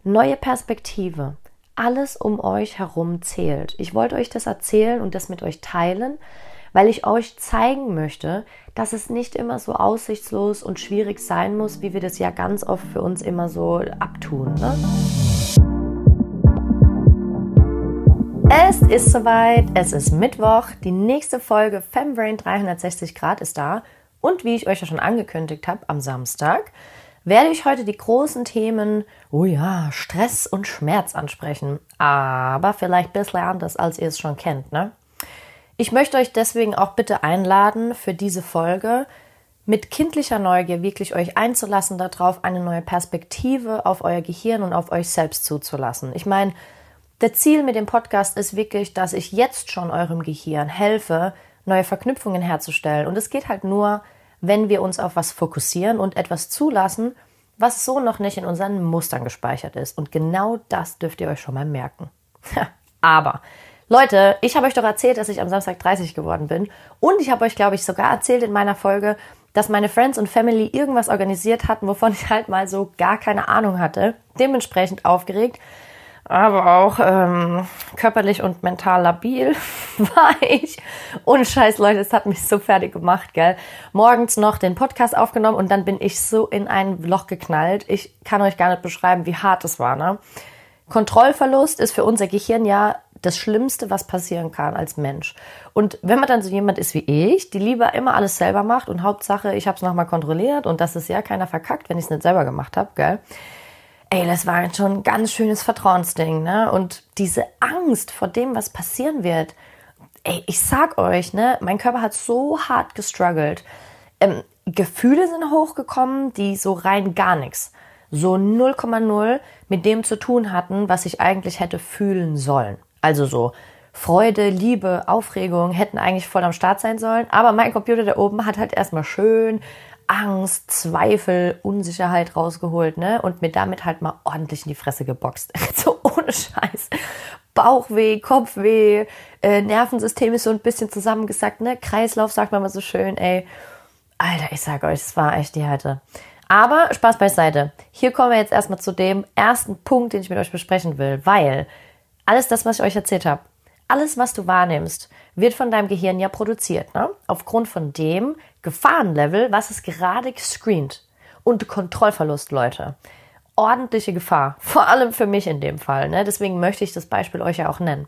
Neue Perspektive. Alles um euch herum zählt. Ich wollte euch das erzählen und das mit euch teilen, weil ich euch zeigen möchte, dass es nicht immer so aussichtslos und schwierig sein muss, wie wir das ja ganz oft für uns immer so abtun, ne? Es ist soweit, es ist Mittwoch, die nächste Folge Fembrain 360 Grad ist da und wie ich euch ja schon angekündigt habe, am Samstag werde ich heute die großen Themen, Stress und Schmerz ansprechen, aber vielleicht ein bisschen anders, als ihr es schon kennt, ne? Ich möchte euch deswegen auch bitte einladen, für diese Folge mit kindlicher Neugier wirklich euch einzulassen darauf, eine neue Perspektive auf euer Gehirn und auf euch selbst zuzulassen. Ich meine, das Ziel mit dem Podcast ist wirklich, dass ich jetzt schon eurem Gehirn helfe, neue Verknüpfungen herzustellen. Und es geht halt nur, wenn wir uns auf was fokussieren und etwas zulassen, was so noch nicht in unseren Mustern gespeichert ist. Und genau das dürft ihr euch schon mal merken. Aber, Leute, ich habe euch doch erzählt, dass ich am Samstag 30 geworden bin. Und ich habe euch, glaube ich, sogar erzählt in meiner Folge, dass meine Friends und Family irgendwas organisiert hatten, wovon ich halt mal so gar keine Ahnung hatte. Dementsprechend aufgeregt, aber auch körperlich und mental labil war ich. Ohne Scheiß, Leute, es hat mich so fertig gemacht, gell. Morgens noch den Podcast aufgenommen und dann bin ich so in ein Loch geknallt. Ich kann euch gar nicht beschreiben, wie hart es war, ne? Kontrollverlust ist für unser Gehirn ja das Schlimmste, was passieren kann als Mensch. Und wenn man dann so jemand ist wie ich, die lieber immer alles selber macht und Hauptsache, ich habe es nochmal kontrolliert und das ist ja keiner verkackt, wenn ich es nicht selber gemacht habe, gell. Ey, das war schon ein ganz schönes Vertrauensding, ne? Und diese Angst vor dem, was passieren wird, ey, ich sag euch, ne, mein Körper hat so hart gestruggelt. Gefühle sind hochgekommen, die so rein gar nichts, so 0,0 mit dem zu tun hatten, was ich eigentlich hätte fühlen sollen. Also so Freude, Liebe, Aufregung hätten eigentlich voll am Start sein sollen, aber mein Computer da oben hat halt erstmal schön Angst, Zweifel, Unsicherheit rausgeholt, ne? Und mir damit halt mal ordentlich in die Fresse geboxt. So ohne Scheiß. Bauchweh, Kopfweh, Nervensystem ist so ein bisschen zusammengesackt, ne? Kreislauf sagt man mal so schön, ey. Alter, ich sag euch, es war echt die Härte. Aber Spaß beiseite. Hier kommen wir jetzt erstmal zu dem ersten Punkt, den ich mit euch besprechen will, weil alles das, was ich euch erzählt habe, alles, was du wahrnimmst, wird von deinem Gehirn ja produziert, ne? Aufgrund von dem Gefahrenlevel, was es gerade gescreent. Und Kontrollverlust, Leute. Ordentliche Gefahr. Vor allem für mich in dem Fall, ne? Deswegen möchte ich das Beispiel euch ja auch nennen.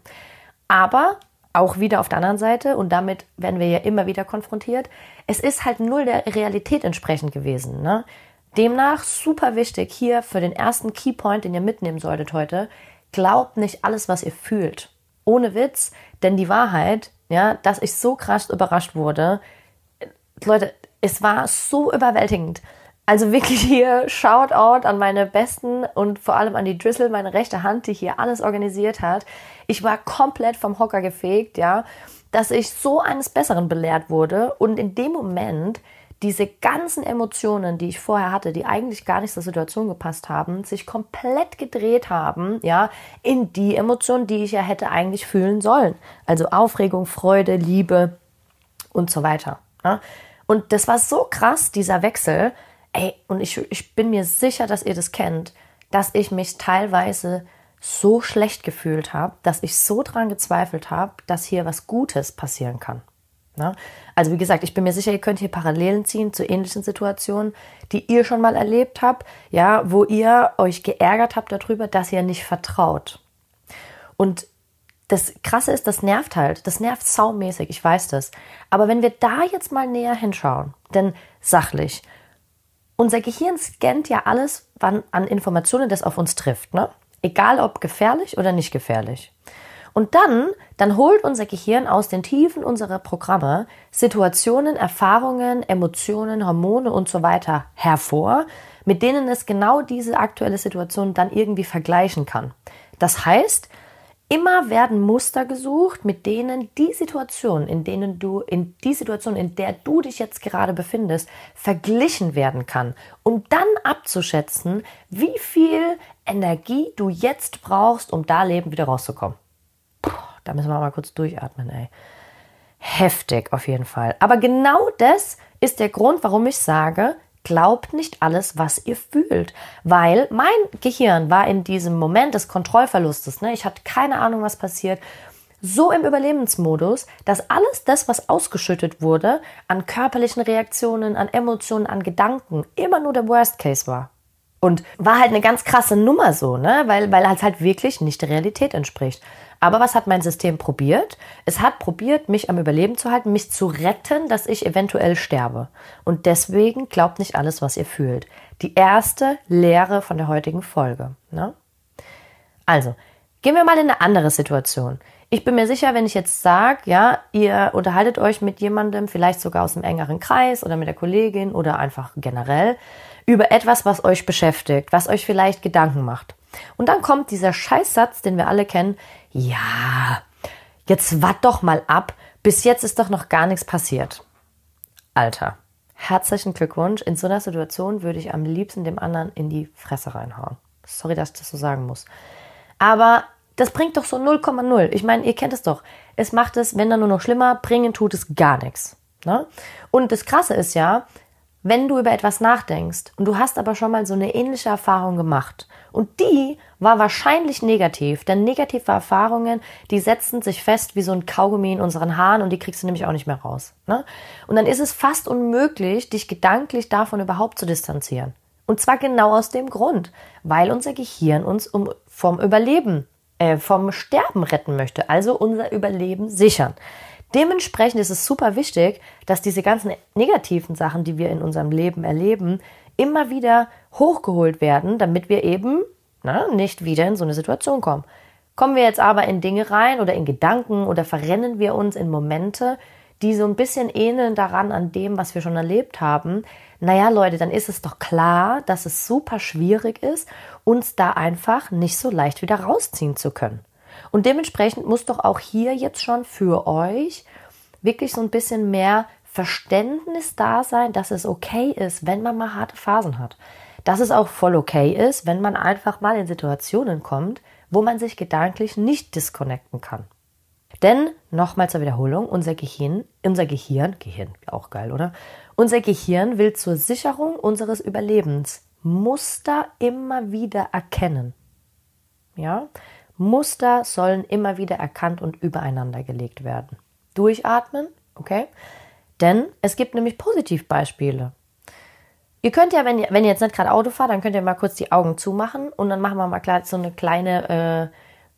Aber auch wieder auf der anderen Seite, und damit werden wir ja immer wieder konfrontiert, es ist halt null der Realität entsprechend gewesen, ne? Demnach super wichtig hier für den ersten Keypoint, den ihr mitnehmen solltet heute, glaubt nicht alles, was ihr fühlt. Ohne Witz, denn die Wahrheit, ja, dass ich so krass überrascht wurde, Leute, es war so überwältigend. Also wirklich hier Shoutout an meine Besten und vor allem an die Drizzle, meine rechte Hand, die hier alles organisiert hat. Ich war komplett vom Hocker gefegt, ja, dass ich so eines Besseren belehrt wurde und in dem Moment diese ganzen Emotionen, die ich vorher hatte, die eigentlich gar nicht zur Situation gepasst haben, sich komplett gedreht haben, ja, in die Emotionen, die ich ja hätte eigentlich fühlen sollen. Also Aufregung, Freude, Liebe und so weiter. Ja. Und das war so krass, dieser Wechsel. Ey, und ich bin mir sicher, dass ihr das kennt, dass ich mich teilweise so schlecht gefühlt habe, dass ich so dran gezweifelt habe, dass hier was Gutes passieren kann. Ne? Also wie gesagt, ich bin mir sicher, ihr könnt hier Parallelen ziehen zu ähnlichen Situationen, die ihr schon mal erlebt habt, ja, wo ihr euch geärgert habt darüber, dass ihr nicht vertraut. Und das Krasse ist, das nervt halt, das nervt saumäßig, ich weiß das. Aber wenn wir da jetzt mal näher hinschauen, denn sachlich, unser Gehirn scannt ja alles an Informationen, das auf uns trifft, ne? Egal ob gefährlich oder nicht gefährlich. Und dann holt unser Gehirn aus den Tiefen unserer Programme Situationen, Erfahrungen, Emotionen, Hormone und so weiter hervor, mit denen es genau diese aktuelle Situation dann irgendwie vergleichen kann. Das heißt, immer werden Muster gesucht, mit denen die Situation, in der du dich jetzt gerade befindest, verglichen werden kann, um dann abzuschätzen, wie viel Energie du jetzt brauchst, um da lebend wieder rauszukommen. Da müssen wir mal kurz durchatmen, ey. Heftig auf jeden Fall. Aber genau das ist der Grund, warum ich sage, glaubt nicht alles, was ihr fühlt. Weil mein Gehirn war in diesem Moment des Kontrollverlustes, ich hatte keine Ahnung, was passiert, so im Überlebensmodus, dass alles das, was ausgeschüttet wurde, an körperlichen Reaktionen, an Emotionen, an Gedanken, immer nur der Worst Case war. Und war halt eine ganz krasse Nummer so, weil es halt wirklich nicht der Realität entspricht. Aber was hat mein System probiert? Es hat probiert, mich am Überleben zu halten, mich zu retten, dass ich eventuell sterbe. Und deswegen glaubt nicht alles, was ihr fühlt. Die erste Lehre von der heutigen Folge. Also, gehen wir mal in eine andere Situation. Ich bin mir sicher, wenn ich jetzt sage, ihr unterhaltet euch mit jemandem, vielleicht sogar aus einem engeren Kreis oder mit der Kollegin oder einfach generell, über etwas, was euch beschäftigt, was euch vielleicht Gedanken macht. Und dann kommt dieser Scheißsatz, den wir alle kennen, ja, jetzt wart doch mal ab, bis jetzt ist doch noch gar nichts passiert. Alter, herzlichen Glückwunsch. In so einer Situation würde ich am liebsten dem anderen in die Fresse reinhauen. Sorry, dass ich das so sagen muss. Aber das bringt doch so 0,0. Ich meine, ihr kennt es doch. Es macht es, wenn dann nur noch schlimmer, bringen tut es gar nichts. Und das Krasse ist ja, wenn du über etwas nachdenkst und du hast aber schon mal so eine ähnliche Erfahrung gemacht und die war wahrscheinlich negativ, denn negative Erfahrungen, die setzen sich fest wie so ein Kaugummi in unseren Haaren und die kriegst du nämlich auch nicht mehr raus. Und dann ist es fast unmöglich, dich gedanklich davon überhaupt zu distanzieren. Und zwar genau aus dem Grund, weil unser Gehirn uns vom Sterben retten möchte, also unser Überleben sichern. Dementsprechend ist es super wichtig, dass diese ganzen negativen Sachen, die wir in unserem Leben erleben, immer wieder hochgeholt werden, damit wir eben nicht wieder in so eine Situation kommen. Kommen wir jetzt aber in Dinge rein oder in Gedanken oder verrennen wir uns in Momente, die so ein bisschen ähneln daran an dem, was wir schon erlebt haben, Leute, dann ist es doch klar, dass es super schwierig ist, uns da einfach nicht so leicht wieder rausziehen zu können. Und dementsprechend muss doch auch hier jetzt schon für euch wirklich so ein bisschen mehr Verständnis da sein, dass es okay ist, wenn man mal harte Phasen hat. Dass es auch voll okay ist, wenn man einfach mal in Situationen kommt, wo man sich gedanklich nicht disconnecten kann. Denn, nochmal zur Wiederholung, unser Gehirn, auch geil, oder? Unser Gehirn will zur Sicherung unseres Überlebens Muster immer wieder erkennen. Muster sollen immer wieder erkannt und übereinander gelegt werden. Durchatmen, okay? Denn es gibt nämlich Positivbeispiele. Ihr könnt ja, wenn ihr jetzt nicht gerade Auto fahrt, dann könnt ihr mal kurz die Augen zumachen und dann machen wir mal klar so eine kleine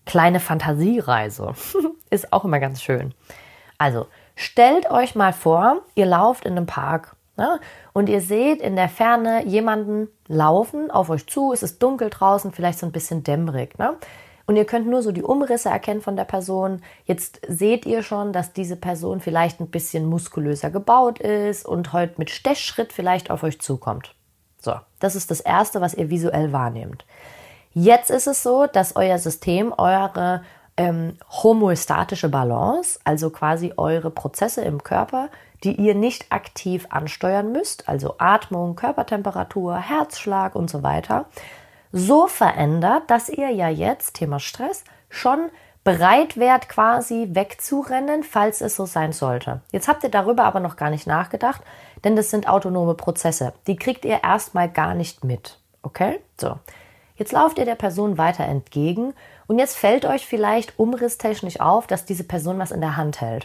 Fantasiereise. Ist auch immer ganz schön. Also, stellt euch mal vor, ihr lauft in einem Park und ihr seht in der Ferne jemanden laufen auf euch zu, es ist dunkel draußen, vielleicht so ein bisschen dämmerig. Und ihr könnt nur so die Umrisse erkennen von der Person. Jetzt seht ihr schon, dass diese Person vielleicht ein bisschen muskulöser gebaut ist und heute mit Stechschritt vielleicht auf euch zukommt. So, das ist das Erste, was ihr visuell wahrnehmt. Jetzt ist es so, dass euer System eure homöostatische Balance, also quasi eure Prozesse im Körper, die ihr nicht aktiv ansteuern müsst, also Atmung, Körpertemperatur, Herzschlag und so weiter, so verändert, dass ihr ja jetzt, Thema Stress, schon bereit wärt, quasi wegzurennen, falls es so sein sollte. Jetzt habt ihr darüber aber noch gar nicht nachgedacht, denn das sind autonome Prozesse. Die kriegt ihr erstmal gar nicht mit. Okay? So. Jetzt lauft ihr der Person weiter entgegen und jetzt fällt euch vielleicht umrisstechnisch auf, dass diese Person was in der Hand hält.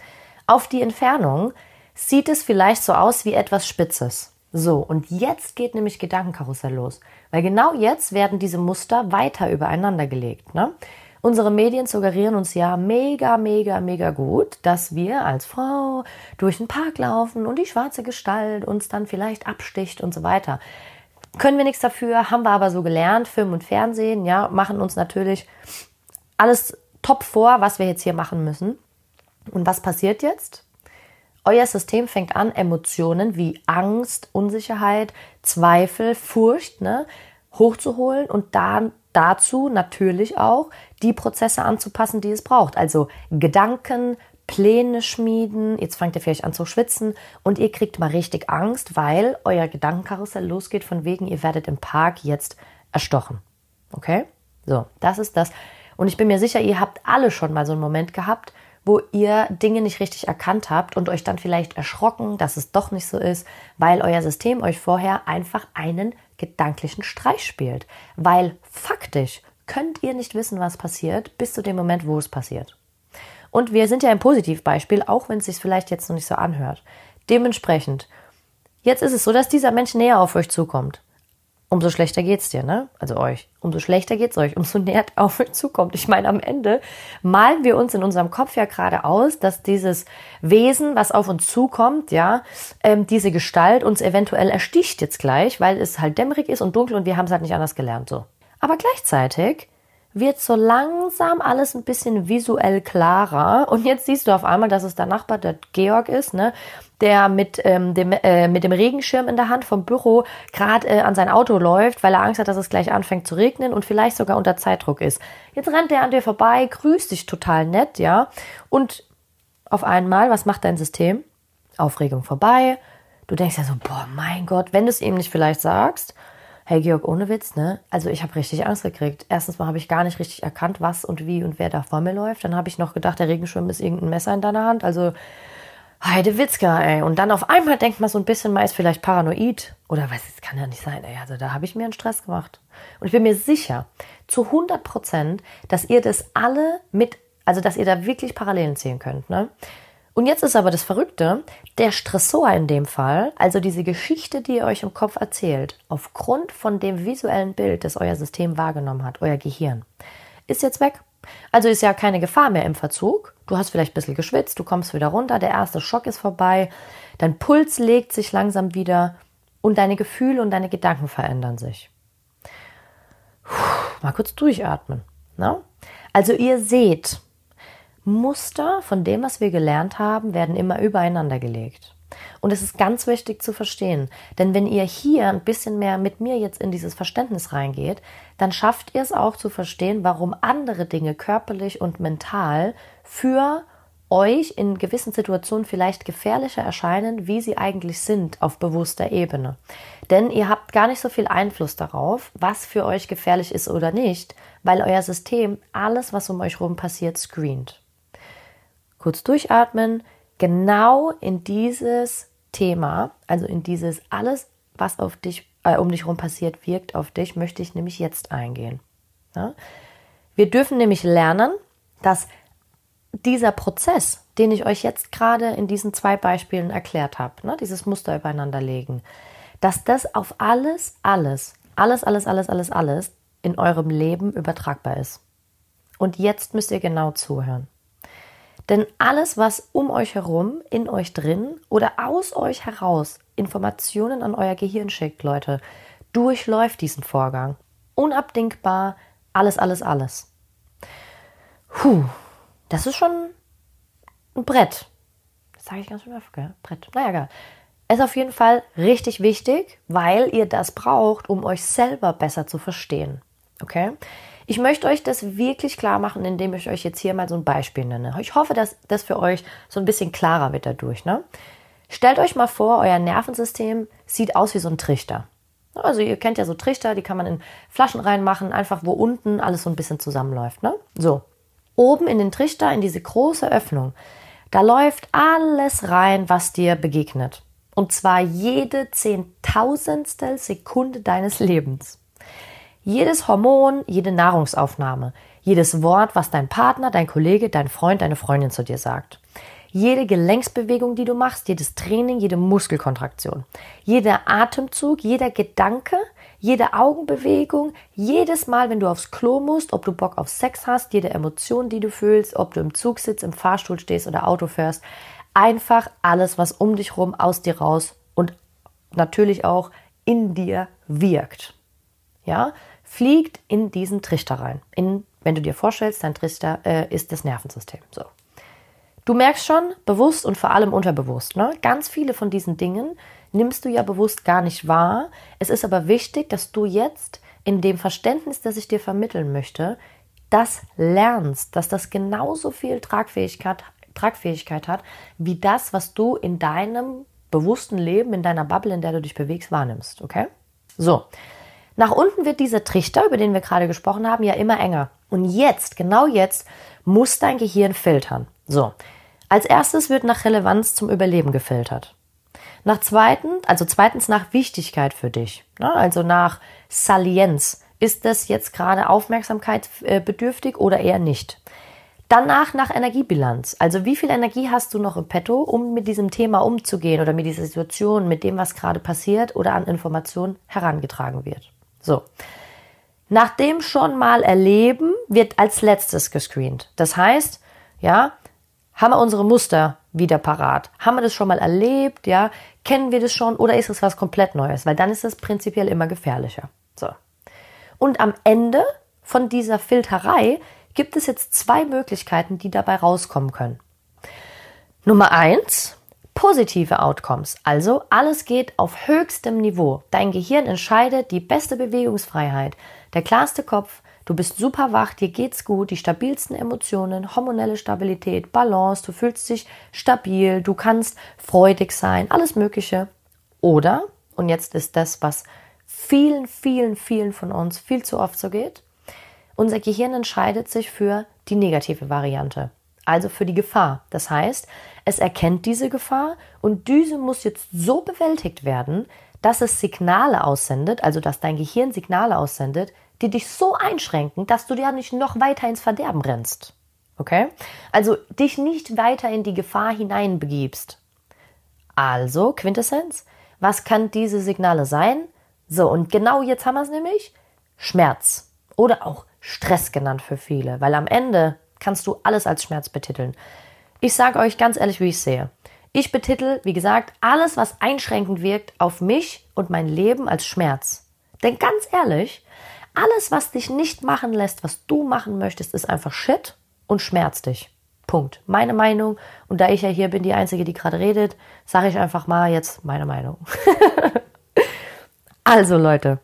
Auf die Entfernung sieht es vielleicht so aus wie etwas Spitzes. So, und jetzt geht nämlich Gedankenkarussell los. Weil genau jetzt werden diese Muster weiter übereinander gelegt. Unsere Medien suggerieren uns ja mega, mega, mega gut, dass wir als Frau durch den Park laufen und die schwarze Gestalt uns dann vielleicht absticht und so weiter. Können wir nichts dafür, haben wir aber so gelernt, Film und Fernsehen, machen uns natürlich alles top vor, was wir jetzt hier machen müssen. Und was passiert jetzt? Euer System fängt an, Emotionen wie Angst, Unsicherheit, Zweifel, Furcht hochzuholen und dann dazu natürlich auch die Prozesse anzupassen, die es braucht. Also Gedanken, Pläne schmieden, jetzt fangt ihr vielleicht an zu schwitzen und ihr kriegt mal richtig Angst, weil euer Gedankenkarussell losgeht von wegen, ihr werdet im Park jetzt erstochen. Okay? So, das ist das. Und ich bin mir sicher, ihr habt alle schon mal so einen Moment gehabt, wo ihr Dinge nicht richtig erkannt habt und euch dann vielleicht erschrocken, dass es doch nicht so ist, weil euer System euch vorher einfach einen gedanklichen Streich spielt. Weil faktisch könnt ihr nicht wissen, was passiert, bis zu dem Moment, wo es passiert. Und wir sind ja ein Positivbeispiel, auch wenn es sich vielleicht jetzt noch nicht so anhört. Dementsprechend, jetzt ist es so, dass dieser Mensch näher auf euch zukommt. Umso schlechter geht's dir, ne? Also euch. Umso schlechter geht's euch, umso näher auf euch zukommt. Ich meine, am Ende malen wir uns in unserem Kopf ja gerade aus, dass dieses Wesen, was auf uns zukommt, ja, diese Gestalt uns eventuell ersticht jetzt gleich, weil es halt dämmerig ist und dunkel und wir haben es halt nicht anders gelernt, so. Aber gleichzeitig wird so langsam alles ein bisschen visuell klarer. Und jetzt siehst du auf einmal, dass es der Nachbar, der Georg ist, ne, der mit dem Regenschirm in der Hand vom Büro gerade an sein Auto läuft, weil er Angst hat, dass es gleich anfängt zu regnen und vielleicht sogar unter Zeitdruck ist. Jetzt rennt er an dir vorbei, grüßt dich total nett, ja. Und auf einmal, was macht dein System? Aufregung vorbei. Du denkst ja so, boah, mein Gott, wenn du es ihm nicht vielleicht sagst, hey Georg, ohne Witz, ne? Also ich habe richtig Angst gekriegt. Erstens mal habe ich gar nicht richtig erkannt, was und wie und wer da vor mir läuft. Dann habe ich noch gedacht, der Regenschirm ist irgendein Messer in deiner Hand. Also Heidewitzka, ey. Und dann auf einmal denkt man so ein bisschen, man ist vielleicht paranoid. Oder was, das kann ja nicht sein, ey. Also da habe ich mir einen Stress gemacht. Und ich bin mir sicher, zu 100%, dass ihr das alle also dass ihr da wirklich Parallelen ziehen könnt, ne? Und jetzt ist aber das Verrückte, der Stressor in dem Fall, also diese Geschichte, die ihr euch im Kopf erzählt, aufgrund von dem visuellen Bild, das euer System wahrgenommen hat, euer Gehirn, ist jetzt weg. Also ist ja keine Gefahr mehr im Verzug. Du hast vielleicht ein bisschen geschwitzt, du kommst wieder runter, der erste Schock ist vorbei, dein Puls legt sich langsam wieder und deine Gefühle und deine Gedanken verändern sich. Mal kurz durchatmen. Ne? Also ihr seht, Muster von dem, was wir gelernt haben, werden immer übereinander gelegt. Und es ist ganz wichtig zu verstehen, denn wenn ihr hier ein bisschen mehr mit mir jetzt in dieses Verständnis reingeht, dann schafft ihr es auch zu verstehen, warum andere Dinge körperlich und mental für euch in gewissen Situationen vielleicht gefährlicher erscheinen, wie sie eigentlich sind auf bewusster Ebene. Denn ihr habt gar nicht so viel Einfluss darauf, was für euch gefährlich ist oder nicht, weil euer System alles, was um euch rum passiert, screent. Kurz durchatmen, genau in dieses Thema, also in dieses alles, was auf dich, um dich herum passiert, wirkt auf dich, möchte ich nämlich jetzt eingehen. Ja? Wir dürfen nämlich lernen, dass dieser Prozess, den ich euch jetzt gerade in diesen 2 Beispielen erklärt habe, ne, dieses Muster übereinanderlegen, dass das auf alles in eurem Leben übertragbar ist. Und jetzt müsst ihr genau zuhören. Denn alles, was um euch herum, in euch drin oder aus euch heraus Informationen an euer Gehirn schickt, Leute, durchläuft diesen Vorgang. Unabdingbar, alles. Das ist schon ein Brett. Das sage ich ganz schön oft, gell? Brett. Naja, egal. Es ist auf jeden Fall richtig wichtig, weil ihr das braucht, um euch selber besser zu verstehen. Okay? Ich möchte euch das wirklich klar machen, indem ich euch jetzt hier mal so ein Beispiel nenne. Ich hoffe, dass das für euch so ein bisschen klarer wird dadurch. Ne? Stellt euch mal vor, euer Nervensystem sieht aus wie so ein Trichter. Also ihr kennt ja so Trichter, die kann man in Flaschen reinmachen, einfach wo unten alles so ein bisschen zusammenläuft. Ne? So, oben in den Trichter, in diese große Öffnung, da läuft alles rein, was dir begegnet. Und zwar jede 10.000stel Sekunde deines Lebens. Jedes Hormon, jede Nahrungsaufnahme, jedes Wort, was dein Partner, dein Kollege, dein Freund, deine Freundin zu dir sagt. Jede Gelenksbewegung, die du machst, jedes Training, jede Muskelkontraktion, jeder Atemzug, jeder Gedanke, jede Augenbewegung, jedes Mal, wenn du aufs Klo musst, ob du Bock auf Sex hast, jede Emotion, die du fühlst, ob du im Zug sitzt, im Fahrstuhl stehst oder Auto fährst, einfach alles, was um dich rum, aus dir raus und natürlich auch in dir wirkt. Ja, fliegt in diesen Trichter rein. Wenn du dir vorstellst, dein Trichter ist das Nervensystem. So. Du merkst schon, bewusst und vor allem unterbewusst. Ne? Ganz viele von diesen Dingen nimmst du ja bewusst gar nicht wahr. Es ist aber wichtig, dass du jetzt in dem Verständnis, das ich dir vermitteln möchte, das lernst, dass das genauso viel Tragfähigkeit hat, wie das, was du in deinem bewussten Leben, in deiner Bubble, in der du dich bewegst, wahrnimmst. Okay? So. Nach unten wird dieser Trichter, über den wir gerade gesprochen haben, ja immer enger. Und jetzt, genau jetzt, muss dein Gehirn filtern. So, als erstes wird nach Relevanz zum Überleben gefiltert. Zweitens nach Wichtigkeit für dich. Also nach Salienz. Ist das jetzt gerade aufmerksamkeitsbedürftig oder eher nicht? Danach nach Energiebilanz. Also wie viel Energie hast du noch im Petto, um mit diesem Thema umzugehen oder mit dieser Situation, mit dem, was gerade passiert oder an Informationen herangetragen wird. So. Nach dem schon mal erleben wird als letztes gescreent. Das heißt, ja, haben wir unsere Muster wieder parat? Haben wir das schon mal erlebt? Ja, kennen wir das schon oder ist es was komplett Neues? Weil dann ist es prinzipiell immer gefährlicher. So. Und am Ende von dieser Filterei gibt es jetzt 2 Möglichkeiten, die dabei rauskommen können. Nummer 1, positive Outcomes. Also alles geht auf höchstem Niveau. Dein Gehirn entscheidet die beste Bewegungsfreiheit, der klarste Kopf, du bist super wach, dir geht's gut, die stabilsten Emotionen, hormonelle Stabilität, Balance, du fühlst dich stabil, du kannst freudig sein, alles Mögliche. Oder, und jetzt ist das, was vielen von uns viel zu oft so geht, unser Gehirn entscheidet sich für die negative Variante, also für die Gefahr. Das heißt, es erkennt diese Gefahr und diese muss jetzt so bewältigt werden, dass es Signale aussendet, also dass dein Gehirn Signale aussendet, die dich so einschränken, dass du dir nicht noch weiter ins Verderben rennst. Okay? Also dich nicht weiter in die Gefahr hineinbegibst. Also, Quintessenz, was kann diese Signale sein? So, und genau jetzt haben wir es nämlich. Schmerz oder auch Stress genannt für viele, weil am Ende kannst du alles als Schmerz betiteln. Ich sage euch ganz ehrlich, wie ich sehe. Ich betitel, wie gesagt, alles, was einschränkend wirkt auf mich und mein Leben als Schmerz. Denn ganz ehrlich, alles, was dich nicht machen lässt, was du machen möchtest, ist einfach Shit und schmerzt dich. Punkt. Meine Meinung. Und da ich ja hier bin, die Einzige, die gerade redet, sage ich einfach mal jetzt meine Meinung. Also Leute,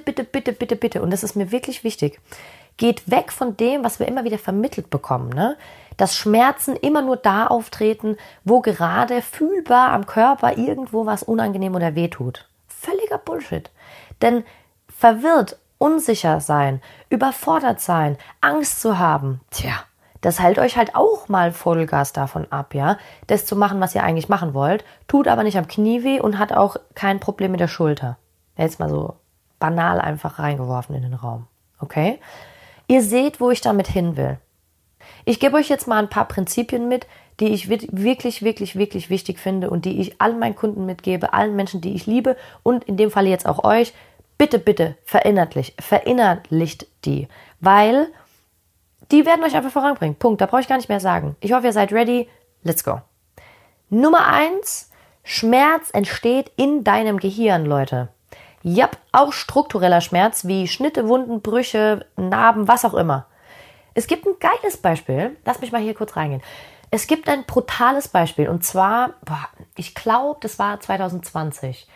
bitte, und das ist mir wirklich wichtig, geht weg von dem, was wir immer wieder vermittelt bekommen, ne? Dass Schmerzen immer nur da auftreten, wo gerade fühlbar am Körper irgendwo was unangenehm oder wehtut. Völliger Bullshit. Denn verwirrt, unsicher sein, überfordert sein, Angst zu haben, das hält euch halt auch mal Vollgas davon ab, ja, das zu machen, was ihr eigentlich machen wollt, tut aber nicht am Knie weh und hat auch kein Problem mit der Schulter. Jetzt mal so banal einfach reingeworfen in den Raum, okay? Ihr seht, wo ich damit hin will. Ich gebe euch jetzt mal ein paar Prinzipien mit, die ich wirklich wichtig finde und die ich allen meinen Kunden mitgebe, allen Menschen, die ich liebe und in dem Fall jetzt auch euch. Bitte verinnerlicht die, weil die werden euch einfach voranbringen. Punkt, da brauche ich gar nicht mehr sagen. Ich hoffe, ihr seid ready. Let's go. Nummer 1, Schmerz entsteht in deinem Gehirn, Leute. Ja, auch struktureller Schmerz wie Schnitte, Wunden, Brüche, Narben, was auch immer. Es gibt ein geiles Beispiel. Lass mich mal hier kurz reingehen. Es gibt ein brutales Beispiel und zwar, ich glaube, das war 2020.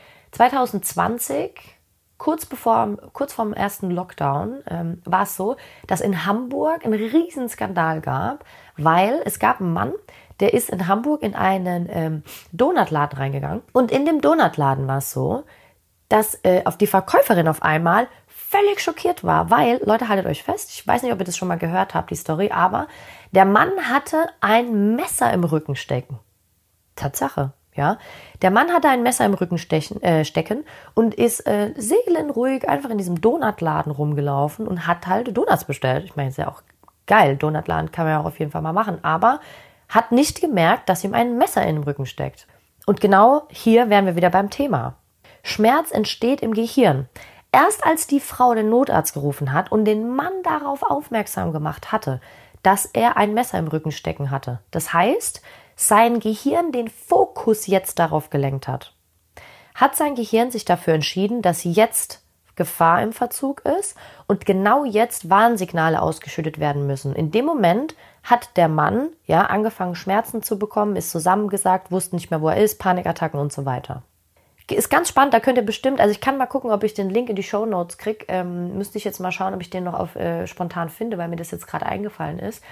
2020, kurz vorm ersten Lockdown, war es so, dass in Hamburg einen riesen Skandal gab, weil es gab einen Mann, der ist in Hamburg in einen Donutladen reingegangen und in dem Donutladen war es so, dass auf die Verkäuferin auf einmal völlig schockiert war, weil, Leute, haltet euch fest, ich weiß nicht, ob ihr das schon mal gehört habt, die Story, aber der Mann hatte ein Messer im Rücken stecken. Tatsache, ja. Der Mann hatte ein Messer im Rücken stecken und ist seelenruhig einfach in diesem Donutladen rumgelaufen und hat halt Donuts bestellt. Ich meine, ist ja auch geil, Donutladen kann man ja auch auf jeden Fall mal machen, aber hat nicht gemerkt, dass ihm ein Messer in den Rücken steckt. Und genau hier wären wir wieder beim Thema. Schmerz entsteht im Gehirn. Erst als die Frau den Notarzt gerufen hat und den Mann darauf aufmerksam gemacht hatte, dass er ein Messer im Rücken stecken hatte. Das heißt, sein Gehirn den Fokus jetzt darauf gelenkt hat. Hat sein Gehirn sich dafür entschieden, dass jetzt Gefahr im Verzug ist und genau jetzt Warnsignale ausgeschüttet werden müssen. In dem Moment hat der Mann angefangen, Schmerzen zu bekommen, ist zusammengesackt, wusste nicht mehr, wo er ist, Panikattacken und so weiter. Ist ganz spannend, da könnt ihr bestimmt, also ich kann mal gucken, ob ich den Link in die Shownotes kriege. Müsste ich jetzt mal schauen, ob ich den noch spontan finde, weil mir das jetzt gerade eingefallen ist.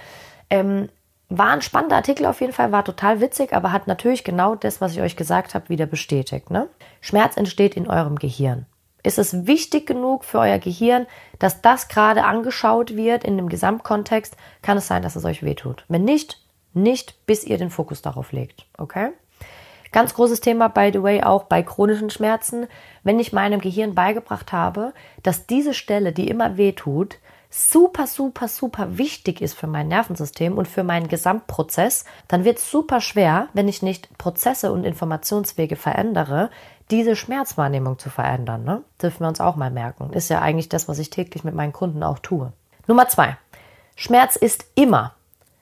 War ein spannender Artikel auf jeden Fall, war total witzig, aber hat natürlich genau das, was ich euch gesagt habe, wieder bestätigt. Ne? Schmerz entsteht in eurem Gehirn. Ist es wichtig genug für euer Gehirn, dass das gerade angeschaut wird in dem Gesamtkontext, kann es sein, dass es euch wehtut. Wenn nicht, Nicht, bis ihr den Fokus darauf legt, okay? Ganz großes Thema, by the way, auch bei chronischen Schmerzen, wenn ich meinem Gehirn beigebracht habe, dass diese Stelle, die immer weh tut, super, super, super wichtig ist für mein Nervensystem und für meinen Gesamtprozess, dann wird es super schwer, wenn ich nicht Prozesse und Informationswege verändere, diese Schmerzwahrnehmung zu verändern. Ne? Dürfen wir uns auch mal merken. Ist ja eigentlich das, was ich täglich mit meinen Kunden auch tue. Nummer 2. Schmerz ist immer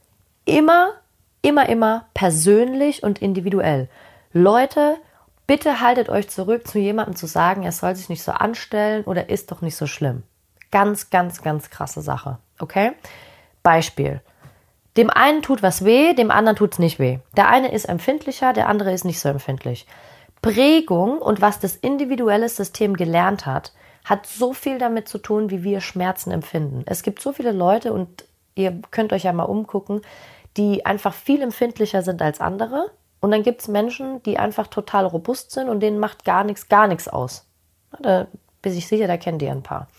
persönlich und individuell. Leute, bitte haltet euch zurück, zu jemandem zu sagen, er soll sich nicht so anstellen oder ist doch nicht so schlimm. Ganz, ganz, ganz krasse Sache, okay? Beispiel. Dem einen tut was weh, dem anderen tut es nicht weh. Der eine ist empfindlicher, der andere ist nicht so empfindlich. Prägung und was das individuelle System gelernt hat so viel damit zu tun, wie wir Schmerzen empfinden. Es gibt so viele Leute, und ihr könnt euch ja mal umgucken, die einfach viel empfindlicher sind als andere. Und dann gibt es Menschen, die einfach total robust sind und denen macht gar nichts aus. Da bin ich sicher, da kennt ihr ein paar.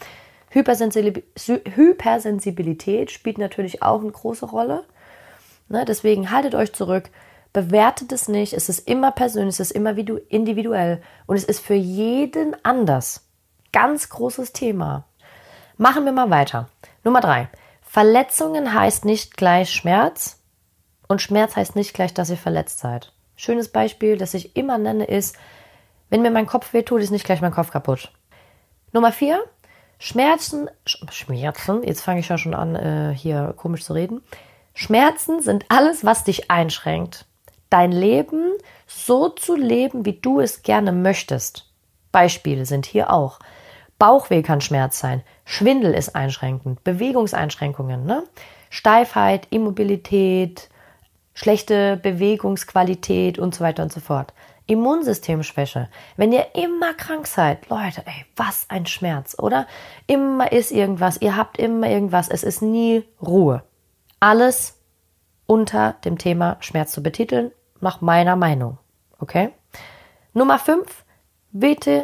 Hypersensibilität spielt natürlich auch eine große Rolle. Ne, deswegen haltet euch zurück, bewertet es nicht. Es ist immer persönlich, es ist immer individuell und es ist für jeden anders. Ganz großes Thema. Machen wir mal weiter. Nummer 3. Verletzungen heißt nicht gleich Schmerz und Schmerz heißt nicht gleich, dass ihr verletzt seid. Schönes Beispiel, das ich immer nenne, ist, wenn mir mein Kopf wehtut, ist nicht gleich mein Kopf kaputt. Nummer 4. Schmerzen, jetzt fange ich ja schon an, hier komisch zu reden. Schmerzen sind alles, was dich einschränkt. Dein Leben so zu leben, wie du es gerne möchtest. Beispiele sind hier auch. Bauchweh kann Schmerz sein. Schwindel ist einschränkend. Bewegungseinschränkungen, ne? Steifheit, Immobilität, schlechte Bewegungsqualität und so weiter und so fort. Immunsystemschwäche. Wenn ihr immer krank seid, Leute, ey, was ein Schmerz, oder? Immer ist irgendwas, ihr habt immer irgendwas, es ist nie Ruhe. Alles unter dem Thema Schmerz zu betiteln, nach meiner Meinung. Okay? Nummer 5, bitte,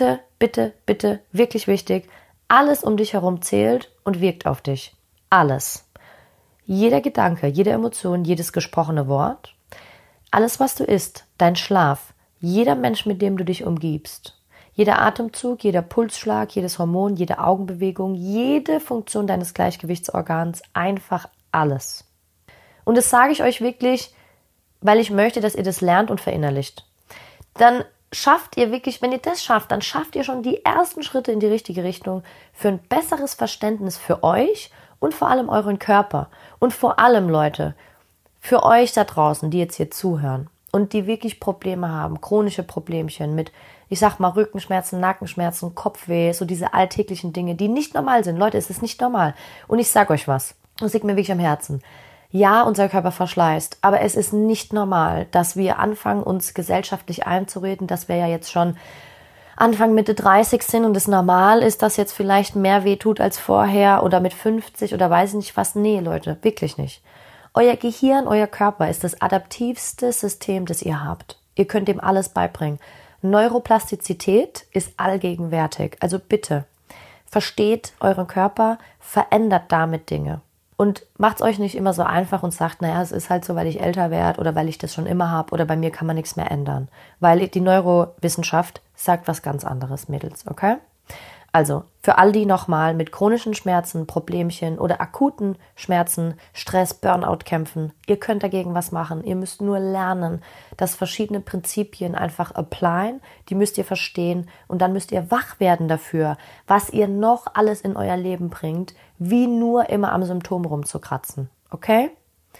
wirklich wichtig, alles um dich herum zählt und wirkt auf dich. Alles. Jeder Gedanke, jede Emotion, jedes gesprochene Wort, alles, was du isst, dein Schlaf, jeder Mensch, mit dem du dich umgibst, jeder Atemzug, jeder Pulsschlag, jedes Hormon, jede Augenbewegung, jede Funktion deines Gleichgewichtsorgans, einfach alles. Und das sage ich euch wirklich, weil ich möchte, dass ihr das lernt und verinnerlicht. Dann schafft ihr wirklich, wenn ihr das schafft, dann schafft ihr schon die ersten Schritte in die richtige Richtung für ein besseres Verständnis für euch und vor allem euren Körper. Und vor allem, Leute, für euch da draußen, die jetzt hier zuhören und die wirklich Probleme haben, chronische Problemchen mit, ich sag mal, Rückenschmerzen, Nackenschmerzen, Kopfweh, so diese alltäglichen Dinge, die nicht normal sind. Leute, es ist nicht normal. Und ich sag euch was, das liegt mir wirklich am Herzen. Ja, unser Körper verschleißt, aber es ist nicht normal, dass wir anfangen, uns gesellschaftlich einzureden, dass wir ja jetzt schon Anfang, Mitte 30 sind und es normal ist, dass jetzt vielleicht mehr weh tut als vorher oder mit 50 oder weiß ich nicht was. Nee, Leute, wirklich nicht. Euer Gehirn, euer Körper ist das adaptivste System, das ihr habt. Ihr könnt dem alles beibringen. Neuroplastizität ist allgegenwärtig. Also bitte, versteht euren Körper, verändert damit Dinge. Und macht es euch nicht immer so einfach und sagt, naja, es ist halt so, weil ich älter werde oder weil ich das schon immer habe oder bei mir kann man nichts mehr ändern. Weil die Neurowissenschaft sagt was ganz anderes, Mädels, okay? Also, für all die nochmal mit chronischen Schmerzen, Problemchen oder akuten Schmerzen, Stress, Burnout kämpfen, ihr könnt dagegen was machen. Ihr müsst nur lernen, dass verschiedene Prinzipien einfach applyen, die müsst ihr verstehen und dann müsst ihr wach werden dafür, was ihr noch alles in euer Leben bringt, wie nur immer am Symptom rumzukratzen. Okay?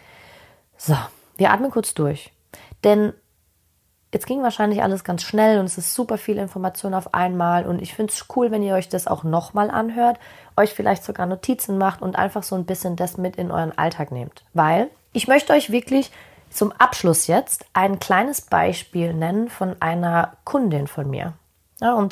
So, wir atmen kurz durch. Denn jetzt ging wahrscheinlich alles ganz schnell und es ist super viel Information auf einmal und ich finde es cool, wenn ihr euch das auch nochmal anhört, euch vielleicht sogar Notizen macht und einfach so ein bisschen das mit in euren Alltag nehmt. Weil ich möchte euch wirklich zum Abschluss jetzt ein kleines Beispiel nennen von einer Kundin von mir. Ja, und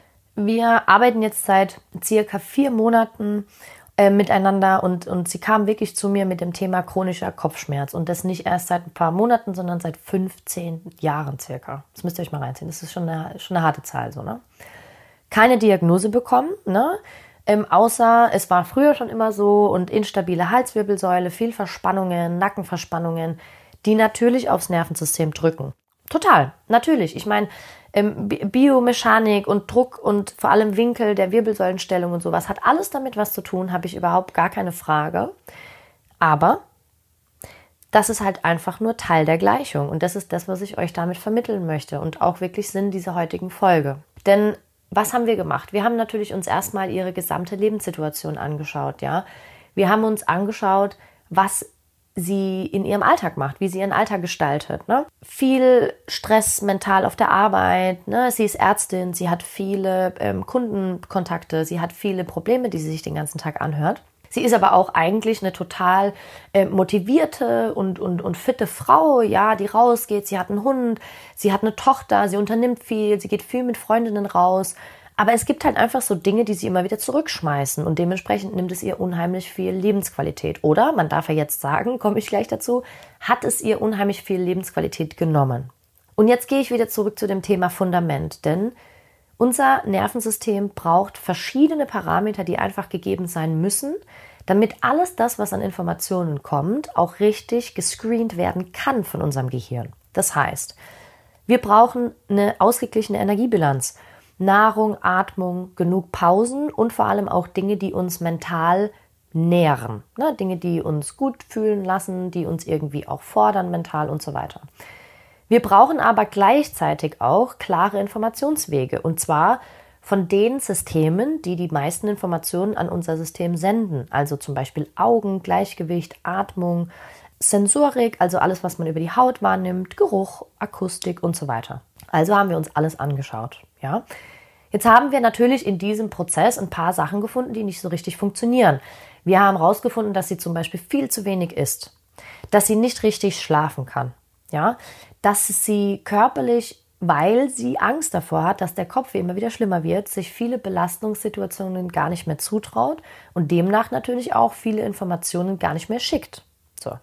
wir arbeiten jetzt seit circa 4 Monaten miteinander und sie kam wirklich zu mir mit dem Thema chronischer Kopfschmerz und das nicht erst seit ein paar Monaten, sondern seit 15 Jahren circa. Das müsst ihr euch mal reinziehen, das ist schon eine harte Zahl. So, ne? Keine Diagnose bekommen, ne? Außer es war früher schon immer so und instabile Halswirbelsäule, viel Verspannungen, Nackenverspannungen, die natürlich aufs Nervensystem drücken. Total, natürlich. Ich meine, Biomechanik und Druck und vor allem Winkel der Wirbelsäulenstellung und sowas hat alles damit was zu tun, habe ich überhaupt gar keine Frage. Aber das ist halt einfach nur Teil der Gleichung und das ist das, was ich euch damit vermitteln möchte und auch wirklich Sinn dieser heutigen Folge. Denn was haben wir gemacht? Wir haben natürlich uns erstmal ihre gesamte Lebenssituation angeschaut, ja. Wir haben uns angeschaut, was sie in ihrem Alltag macht, wie sie ihren Alltag gestaltet. Ne? Viel Stress mental auf der Arbeit, ne? Sie ist Ärztin, sie hat viele Kundenkontakte, sie hat viele Probleme, die sie sich den ganzen Tag anhört. Sie ist aber auch eigentlich eine total motivierte und fitte Frau, ja, die rausgeht. Sie hat einen Hund, sie hat eine Tochter, sie unternimmt viel, sie geht viel mit Freundinnen raus. Aber es gibt halt einfach so Dinge, die sie immer wieder zurückschmeißen und dementsprechend nimmt es ihr unheimlich viel Lebensqualität. Oder, man darf ja jetzt sagen, komme ich gleich dazu, hat es ihr unheimlich viel Lebensqualität genommen. Und jetzt gehe ich wieder zurück zu dem Thema Fundament, denn unser Nervensystem braucht verschiedene Parameter, die einfach gegeben sein müssen, damit alles das, was an Informationen kommt, auch richtig gescreent werden kann von unserem Gehirn. Das heißt, wir brauchen eine ausgeglichene Energiebilanz. Nahrung, Atmung, genug Pausen und vor allem auch Dinge, die uns mental nähren. Ne? Dinge, die uns gut fühlen lassen, die uns irgendwie auch fordern mental und so weiter. Wir brauchen aber gleichzeitig auch klare Informationswege und zwar von den Systemen, die die meisten Informationen an unser System senden. Also zum Beispiel Augen, Gleichgewicht, Atmung, Sensorik, also alles, was man über die Haut wahrnimmt, Geruch, Akustik und so weiter. Also haben wir uns alles angeschaut. Ja? Jetzt haben wir natürlich in diesem Prozess ein paar Sachen gefunden, die nicht so richtig funktionieren. Wir haben herausgefunden, dass sie zum Beispiel viel zu wenig isst, dass sie nicht richtig schlafen kann, ja? Dass sie körperlich, weil sie Angst davor hat, dass der Kopf immer wieder schlimmer wird, sich viele Belastungssituationen gar nicht mehr zutraut und demnach natürlich auch viele Informationen gar nicht mehr schickt. So.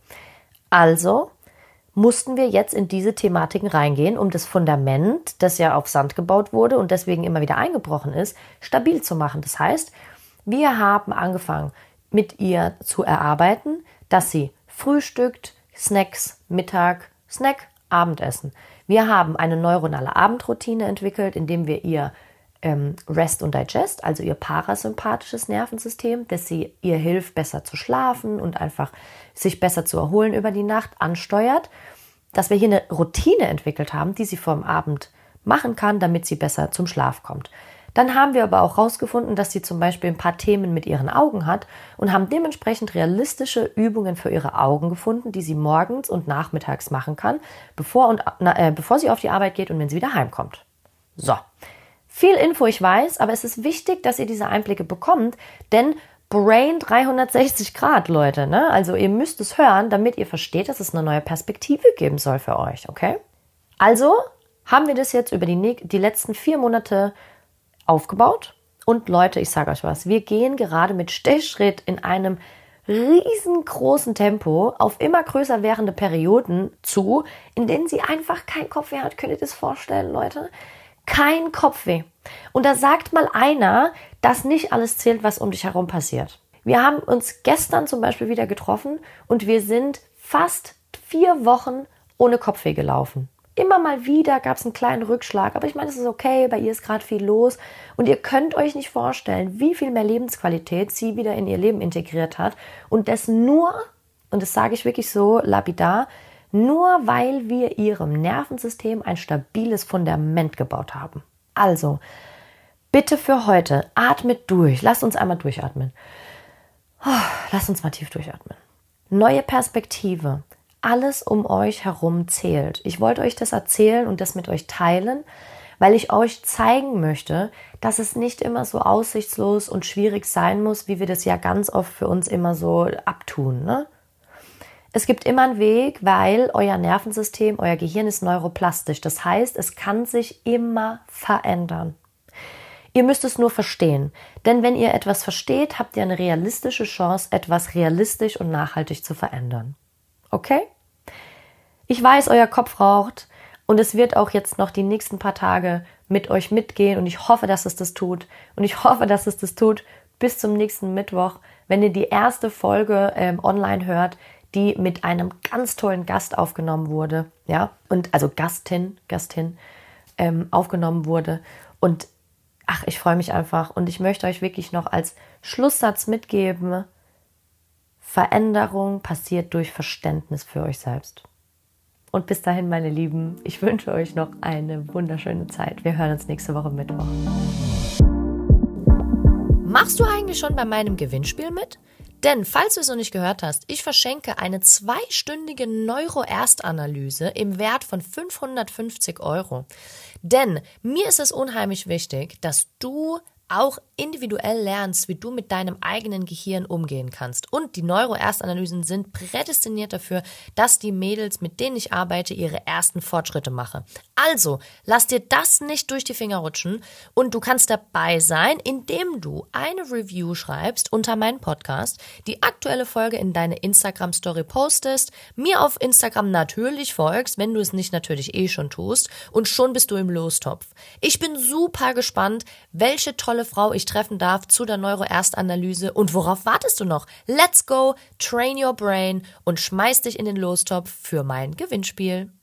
Also mussten wir jetzt in diese Thematiken reingehen, um das Fundament, das ja auf Sand gebaut wurde und deswegen immer wieder eingebrochen ist, stabil zu machen. Das heißt, wir haben angefangen, mit ihr zu erarbeiten, dass sie frühstückt, Snacks, Mittag, Snack, Abendessen. Wir haben eine neuronale Abendroutine entwickelt, indem wir ihr Rest und Digest, also ihr parasympathisches Nervensystem, das ihr hilft, besser zu schlafen und einfach sich besser zu erholen über die Nacht, ansteuert, dass wir hier eine Routine entwickelt haben, die sie vor dem Abend machen kann, damit sie besser zum Schlaf kommt. Dann haben wir aber auch herausgefunden, dass sie zum Beispiel ein paar Themen mit ihren Augen hat und haben dementsprechend realistische Übungen für ihre Augen gefunden, die sie morgens und nachmittags machen kann, bevor sie auf die Arbeit geht und wenn sie wieder heimkommt. So. Viel Info, ich weiß, aber es ist wichtig, dass ihr diese Einblicke bekommt, denn Brain 360 Grad, Leute, ne? Also ihr müsst es hören, damit ihr versteht, dass es eine neue Perspektive geben soll für euch, okay? Also haben wir das jetzt über die letzten 4 Monate aufgebaut und Leute, ich sage euch was, wir gehen gerade mit Stechschritt in einem riesengroßen Tempo auf immer größer werdende Perioden zu, in denen sie einfach keinen Kopfweh hat. Könnt ihr das vorstellen, Leute? Kein Kopfweh. Und da sagt mal einer, dass nicht alles zählt, was um dich herum passiert. Wir haben uns gestern zum Beispiel wieder getroffen und wir sind fast 4 Wochen ohne Kopfweh gelaufen. Immer mal wieder gab es einen kleinen Rückschlag, aber ich meine, es ist okay, bei ihr ist gerade viel los und ihr könnt euch nicht vorstellen, wie viel mehr Lebensqualität sie wieder in ihr Leben integriert hat und das nur, und das sage ich wirklich so lapidar, nur weil wir ihrem Nervensystem ein stabiles Fundament gebaut haben. Also, bitte für heute, atmet durch. Lasst uns einmal durchatmen. Lasst uns mal tief durchatmen. Neue Perspektive. Alles um euch herum zählt. Ich wollte euch das erzählen und das mit euch teilen, weil ich euch zeigen möchte, dass es nicht immer so aussichtslos und schwierig sein muss, wie wir das ja ganz oft für uns immer so abtun, ne? Es gibt immer einen Weg, weil euer Nervensystem, euer Gehirn ist neuroplastisch. Das heißt, es kann sich immer verändern. Ihr müsst es nur verstehen. Denn wenn ihr etwas versteht, habt ihr eine realistische Chance, etwas realistisch und nachhaltig zu verändern. Okay? Ich weiß, euer Kopf raucht und es wird auch jetzt noch die nächsten paar Tage mit euch mitgehen und ich hoffe, dass es das tut. Und ich hoffe, dass es das tut, bis zum nächsten Mittwoch, wenn ihr die erste Folge online hört, die mit einem ganz tollen Gast aufgenommen wurde, ja, und also Gastin aufgenommen wurde. Und ich freue mich einfach und ich möchte euch wirklich noch als Schlusssatz mitgeben: Veränderung passiert durch Verständnis für euch selbst. Und bis dahin, meine Lieben, ich wünsche euch noch eine wunderschöne Zeit. Wir hören uns nächste Woche Mittwoch. Machst du eigentlich schon bei meinem Gewinnspiel mit? Denn, falls du es noch nicht gehört hast, ich verschenke eine 2-stündige Neuro-Erstanalyse im Wert von 550 €. Denn mir ist es unheimlich wichtig, dass du auch individuell lernst, wie du mit deinem eigenen Gehirn umgehen kannst. Und die Neuro-Erstanalysen sind prädestiniert dafür, dass die Mädels, mit denen ich arbeite, ihre ersten Fortschritte machen. Also, lass dir das nicht durch die Finger rutschen und du kannst dabei sein, indem du eine Review schreibst unter meinen Podcast, die aktuelle Folge in deine Instagram-Story postest, mir auf Instagram natürlich folgst, wenn du es nicht natürlich schon tust, und schon bist du im Lostopf. Ich bin super gespannt, welche tolle Frau ich treffen darf zu der Neuro-Erstanalyse, und worauf wartest du noch? Let's go, train your brain und schmeiß dich in den Lostopf für mein Gewinnspiel.